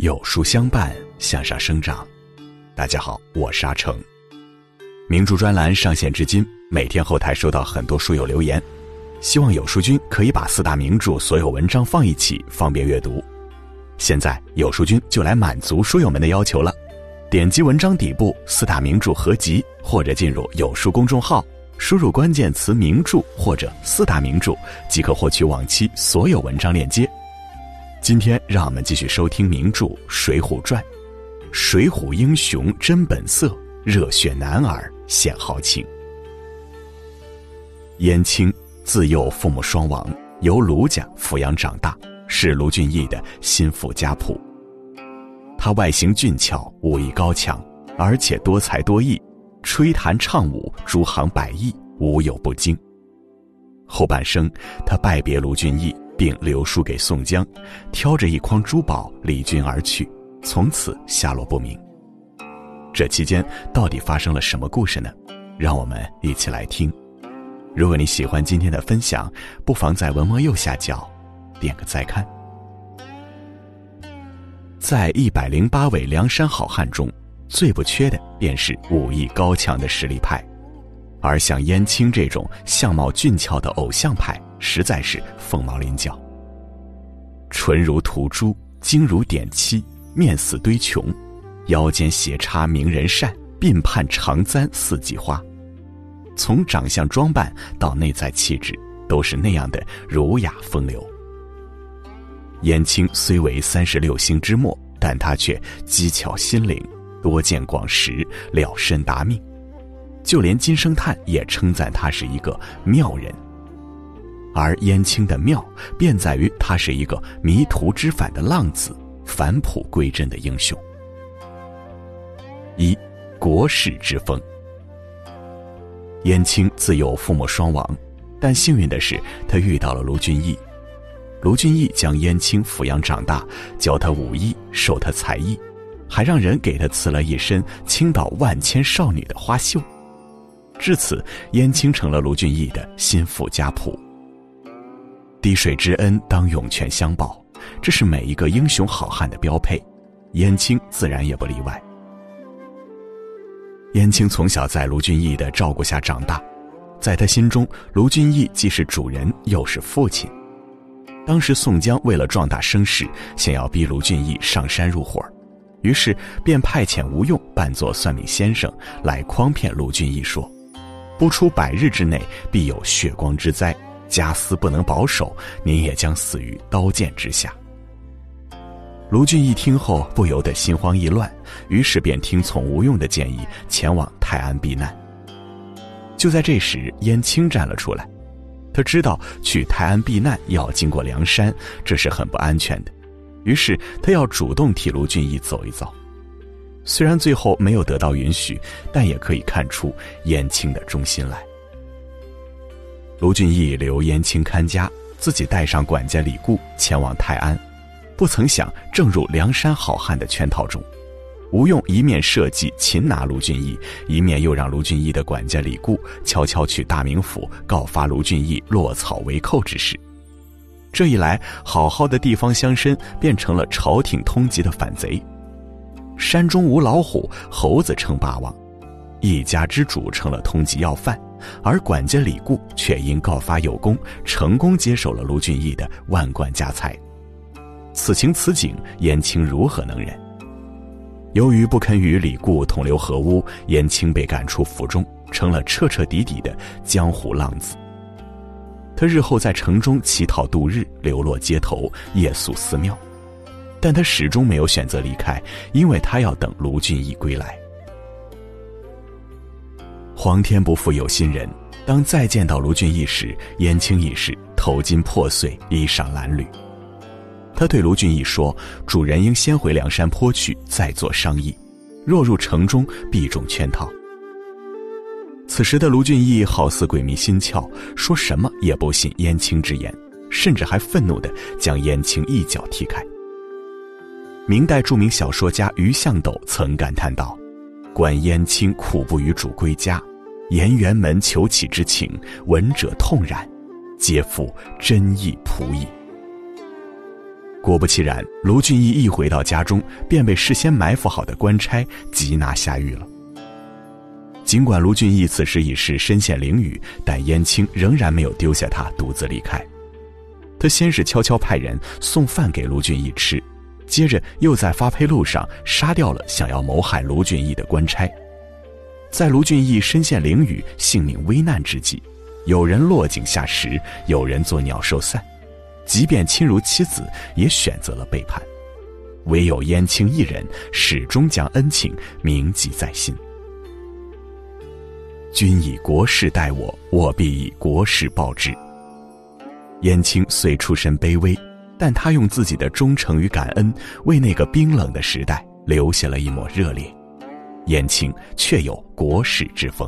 有书相伴，向上生长。大家好，我是阿成。名著专栏上线至今，每天后台收到很多书友留言，希望有书君可以把4大名著所有文章放一起，方便阅读。现在有书君就来满足书友们的要求了，点击文章底部4大名著合集，或者进入有书公众号，输入关键词名著或者4大名著，即可获取往期所有文章链接。今天让我们继续收听名著《水浒传》。水浒英雄真本色，热血男儿显豪情。燕青自幼父母双亡，由卢家抚养长大，是卢俊义的心腹家仆。他外形俊俏，武艺高强，而且多才多艺，吹弹唱舞，诸行百艺，无有不精。后半生，他拜别卢俊义，并留书给宋江，挑着一筐珠宝离军而去，从此下落不明。这期间到底发生了什么故事呢？让我们一起来听。如果你喜欢今天的分享，不妨在文末右下角点个再看。在108位梁山好汉中，最不缺的便是武艺高强的实力派，而像燕青这种相貌俊俏的偶像派，实在是凤毛麟角。唇如涂朱，睛如点漆，面似堆琼，腰间斜插名人扇，鬓畔长簪四季花。从长相装扮到内在气质，都是那样的儒雅风流。燕青虽为36星之末，但他却机巧心灵，多见广识，了身达命。就连金圣叹也称赞他是一个妙人。而燕青的妙，便在于他是一个迷途知返的浪子，返璞归真的英雄。1. 国士之风。燕青自幼父母双亡，但幸运的是，他遇到了卢俊义。卢俊义将燕青抚养长大，教他武艺，授他才艺，还让人给他赐了一身倾倒万千少女的花绣。至此，燕青成了卢俊义的心腹家仆。滴水之恩当涌泉相报，这是每一个英雄好汉的标配，燕青自然也不例外。燕青从小在卢俊义的照顾下长大，在他心中，卢俊义既是主人，又是父亲。当时宋江为了壮大声势，想要逼卢俊义上山入伙，于是便派遣吴用扮作算命先生，来诓骗卢俊义说，不出100日之内，必有血光之灾，家私不能保守，您也将死于刀剑之下。卢俊义听后不由得心慌意乱，于是便听从吴用的建议，前往泰安避难。就在这时，燕青站了出来。他知道去泰安避难要经过梁山，这是很不安全的，于是他要主动替卢俊义走一遭。虽然最后没有得到允许，但也可以看出燕青的忠心来。卢俊义留燕青看家，自己带上管家李固前往泰安，不曾想正入梁山好汉的圈套中。吴用一面设计擒拿卢俊义，一面又让卢俊义的管家李固悄悄去大名府告发卢俊义落草为寇之事。这一来，好好的地方乡绅变成了朝廷通缉的反贼。山中无老虎，猴子称霸王，一家之主成了通缉要犯，而管家李固却因告发有功，成功接手了卢俊义的万贯家财。此情此景，燕青如何能忍？由于不肯与李固同流合污，燕青被赶出府中，成了彻彻底底的江湖浪子。他日后在城中乞讨度日，流落街头，夜宿寺庙，但他始终没有选择离开，因为他要等卢俊义归来。皇天不负有心人，当再见到卢俊义时，燕青已是头巾破碎，衣裳褴褛。他对卢俊义说，主人应先回梁山坡去，再做商议，若入城中，必中圈套。此时的卢俊义好似鬼迷心窍，说什么也不信燕青之言，甚至还愤怒地将燕青一脚踢开。明代著名小说家余向斗曾感叹道，观燕青苦不与主归家，沿辕门求乞之情，闻者痛然，皆付真意仆矣。 果不其然，卢俊义一回到家中，便被事先埋伏好的官差缉拿下狱了。尽管卢俊义此时已是身陷囹圄，但燕青仍然没有丢下他独自离开。他先是悄悄派人送饭给卢俊义吃，接着又在发配路上杀掉了想要谋害卢俊义的官差。在卢俊义身陷囹圄、性命危难之际，有人落井下石，有人做鸟兽散，即便亲如妻子，也选择了背叛。唯有燕青一人始终将恩情铭记在心。君以国事待我，我必以国事报之。燕青虽出身卑微，但他用自己的忠诚与感恩，为那个冰冷的时代留下了一抹热烈。燕青确有国士之风。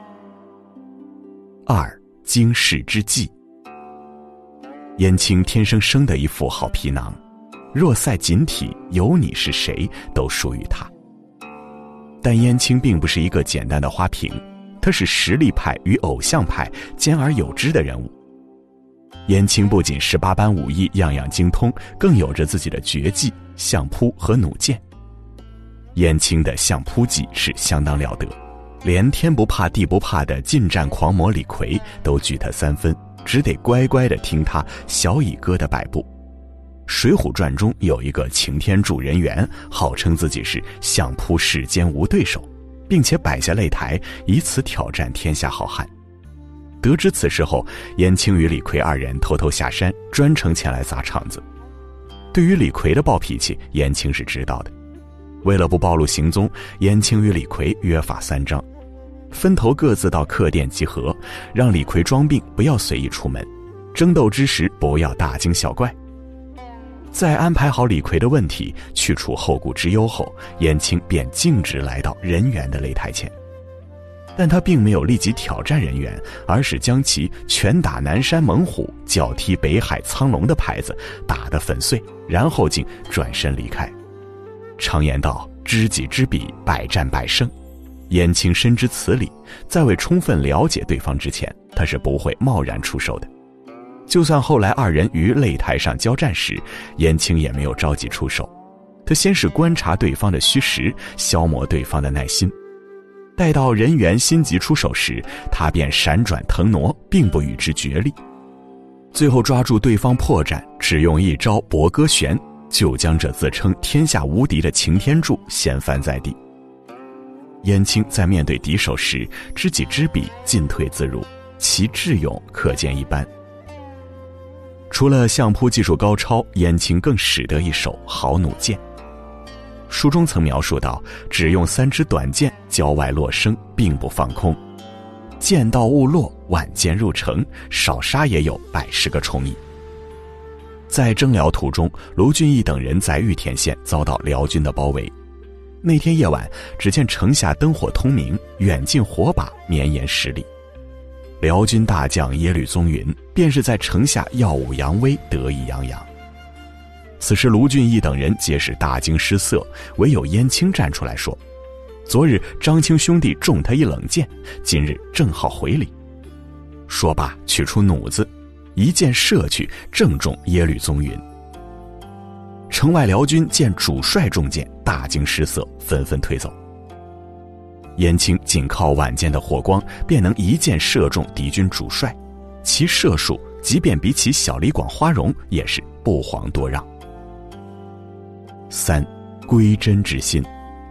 二，经世之计。燕青天生生的一副好皮囊，若赛锦体，有你是谁都属于他。但燕青并不是一个简单的花瓶，他是实力派与偶像派兼而有之的人物。燕青不仅18般武艺样样精通，更有着自己的绝技相扑和弩箭。燕青的相扑技是相当了得，连天不怕地不怕的近战狂魔李逵都惧他3分，只得乖乖地听他小乙哥的摆布。水浒传中有一个擎天柱人猿，号称自己是相扑世间无对手，并且摆下擂台，以此挑战天下好汉。得知此事后，燕青与李逵2人偷偷下山，专程前来砸场子。对于李逵的暴脾气，燕青是知道的。为了不暴露行踪，燕青与李逵约法3章：分头各自到客店集合，让李逵装病，不要随意出门，争斗之时不要大惊小怪。在安排好李逵的问题，去除后顾之忧后，燕青便径直来到人猿的擂台前。但他并没有立即挑战人猿，而是将其拳打南山猛虎，脚踢北海苍龙的牌子打得粉碎，然后竟转身离开。常言道，知己知彼，百战百胜。燕青深知此理，在未充分了解对方之前，他是不会贸然出手的。就算后来2人于擂台上交战时，燕青也没有着急出手。他先是观察对方的虚实，消磨对方的耐心。待到人猿心急出手时，他便闪转腾挪，并不与之决力。最后抓住对方破绽，只用一招博歌旋，就将这自称天下无敌的擎天柱掀翻在地。燕青在面对敌手时，知己知彼，进退自如，其智勇可见一斑。除了相扑技术高超，燕青更使得一手好弩箭。书中曾描述到，只用3支短箭，郊外落生，并不放空。箭到误落，万箭入城，少杀也有110个虫蚁。在征辽途中，卢俊义等人在玉田县遭到辽军的包围。那天夜晚，只见城下灯火通明，远近火把绵延10里。辽军大将耶律宗云便是在城下耀武扬威，得意洋洋。此时卢俊义等人皆是大惊失色，唯有燕青站出来说：昨日张青兄弟中他一冷箭，今日正好回礼。说罢取出弩子，一箭射去，正中耶律宗云。城外辽军见主帅中箭，大惊失色，纷纷退走。燕青仅靠晚间的火光，便能一箭射中敌军主帅，其射术即便比起小李广花荣，也是不遑多让。3. 归真之心。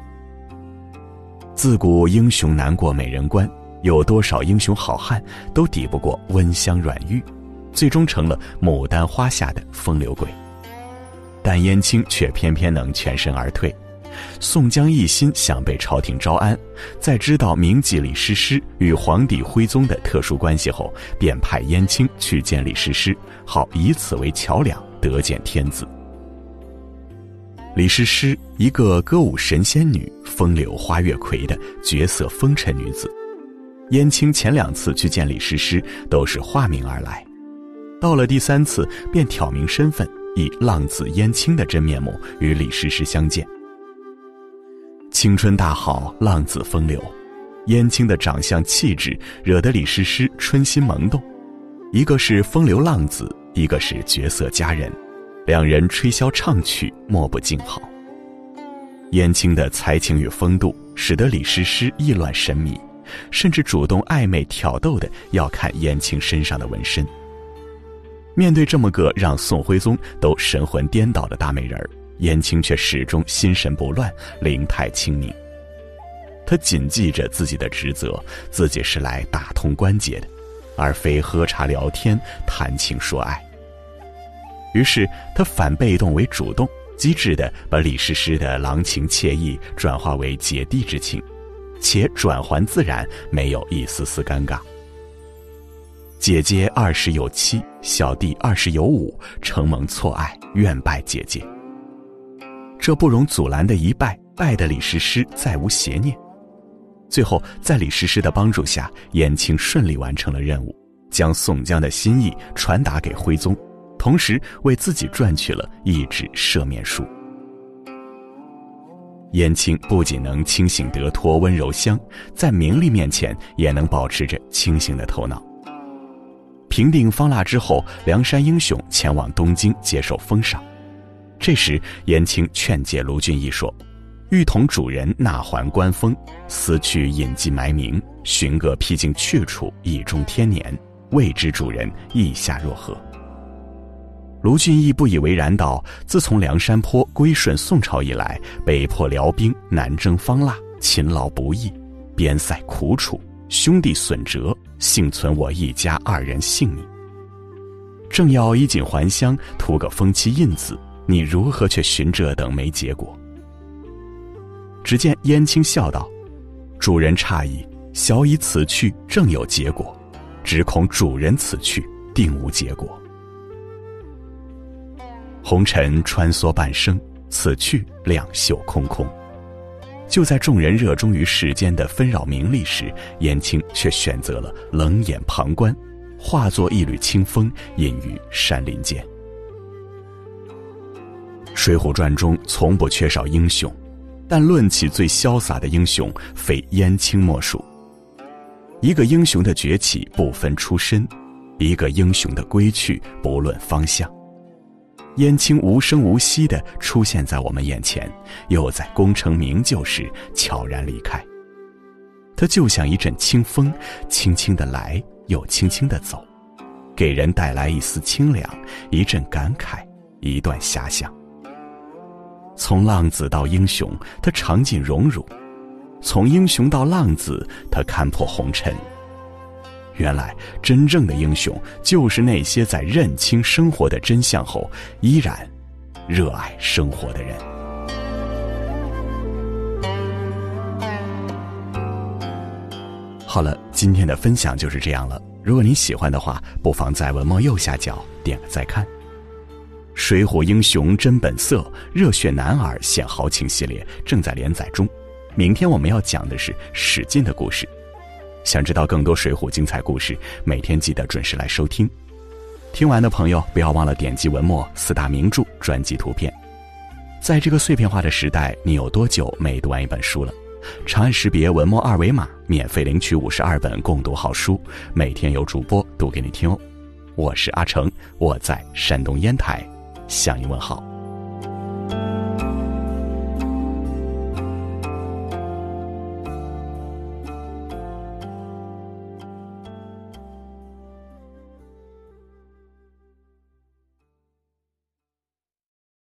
自古英雄难过美人关，有多少英雄好汉都抵不过温香软玉，最终成了牡丹花下的风流鬼。但燕青却偏偏能全身而退。宋江一心想被朝廷招安，在知道名妓李师师与皇帝徽宗的特殊关系后，便派燕青去见李师师，好以此为桥梁，得见天子。李师师，一个歌舞神仙女，风流花月魁的绝色风尘女子。燕青前2次去见李师师，都是化名而来，到了第3次，便挑明身份，以浪子燕青的真面目与李师师相见。青春大好，浪子风流，燕青的长相气质惹得李师师春心萌动。一个是风流浪子，一个是绝色佳人， 两人吹箫唱曲，莫不静好。燕青的才情与风度使得李师师意乱神迷，甚至主动暧昧挑逗的要看燕青身上的纹身。面对这么个让宋徽宗都神魂颠倒的大美人儿，燕青却始终心神不乱，灵态清明。他谨记着自己的职责，自己是来打通关节的，而非喝茶聊天谈情说爱。于是他反被动为主动，机智地把李师师的郎情妾意转化为姐弟之情，且转还自然，没有一丝丝尴尬。姐姐20有7，小弟20有5，承蒙错爱，愿拜姐姐。这不容阻拦的一拜，拜的李师师再无邪念。最后在李师师的帮助下，燕青顺利完成了任务，将宋江的心意传达给徽宗，同时为自己赚取了一纸赦免书。燕青不仅能清醒得脱、温柔乡，在名利面前也能保持着清醒的头脑。平定方腊之后，梁山英雄前往东京接受封赏。这时燕青劝诫卢俊义说，欲同主人纳还官封，思去隐迹埋名，寻个僻静去处，以终天年，未知主人意下若何。卢俊义不以为然道，自从梁山泊归顺宋朝以来，被迫辽兵，南征方腊，勤劳不易，边塞苦楚，兄弟损折，幸存我一家2人性命。正要衣锦还乡，图个封妻印子，你如何却寻这等没结果？只见燕青笑道，主人诧异，小以此去正有结果，只恐主人此去定无结果。红尘穿梭半生，此去两袖空空。就在众人热衷于世间的纷扰名利时，燕青却选择了冷眼旁观，化作一缕清风，隐于山林间。水浒传中从不缺少英雄，但论起最潇洒的英雄，非燕青莫属。一个英雄的崛起不分出身，一个英雄的归去不论方向。燕青无声无息地出现在我们眼前，又在功成名就时悄然离开。他就像一阵清风，轻轻地来，又轻轻地走，给人带来一丝清凉，一阵感慨，一段遐想。从浪子到英雄，他尝尽荣辱；从英雄到浪子，他看破红尘。原来真正的英雄，就是那些在认清生活的真相后，依然热爱生活的人。好了，今天的分享就是这样了。如果你喜欢的话，不妨在文末右下角点个再看。水浒英雄真本色，热血男儿显豪情系列正在连载中。明天我们要讲的是史进的故事。想知道更多水浒精彩故事，每天记得准时来收听。听完的朋友不要忘了点击文末4大名著专辑图片。在这个碎片化的时代，你有多久没读完一本书了？长按识别文末2维码，免费领取52本共读好书，每天有主播读给你听哦。我是阿成，我在山东烟台向你问好。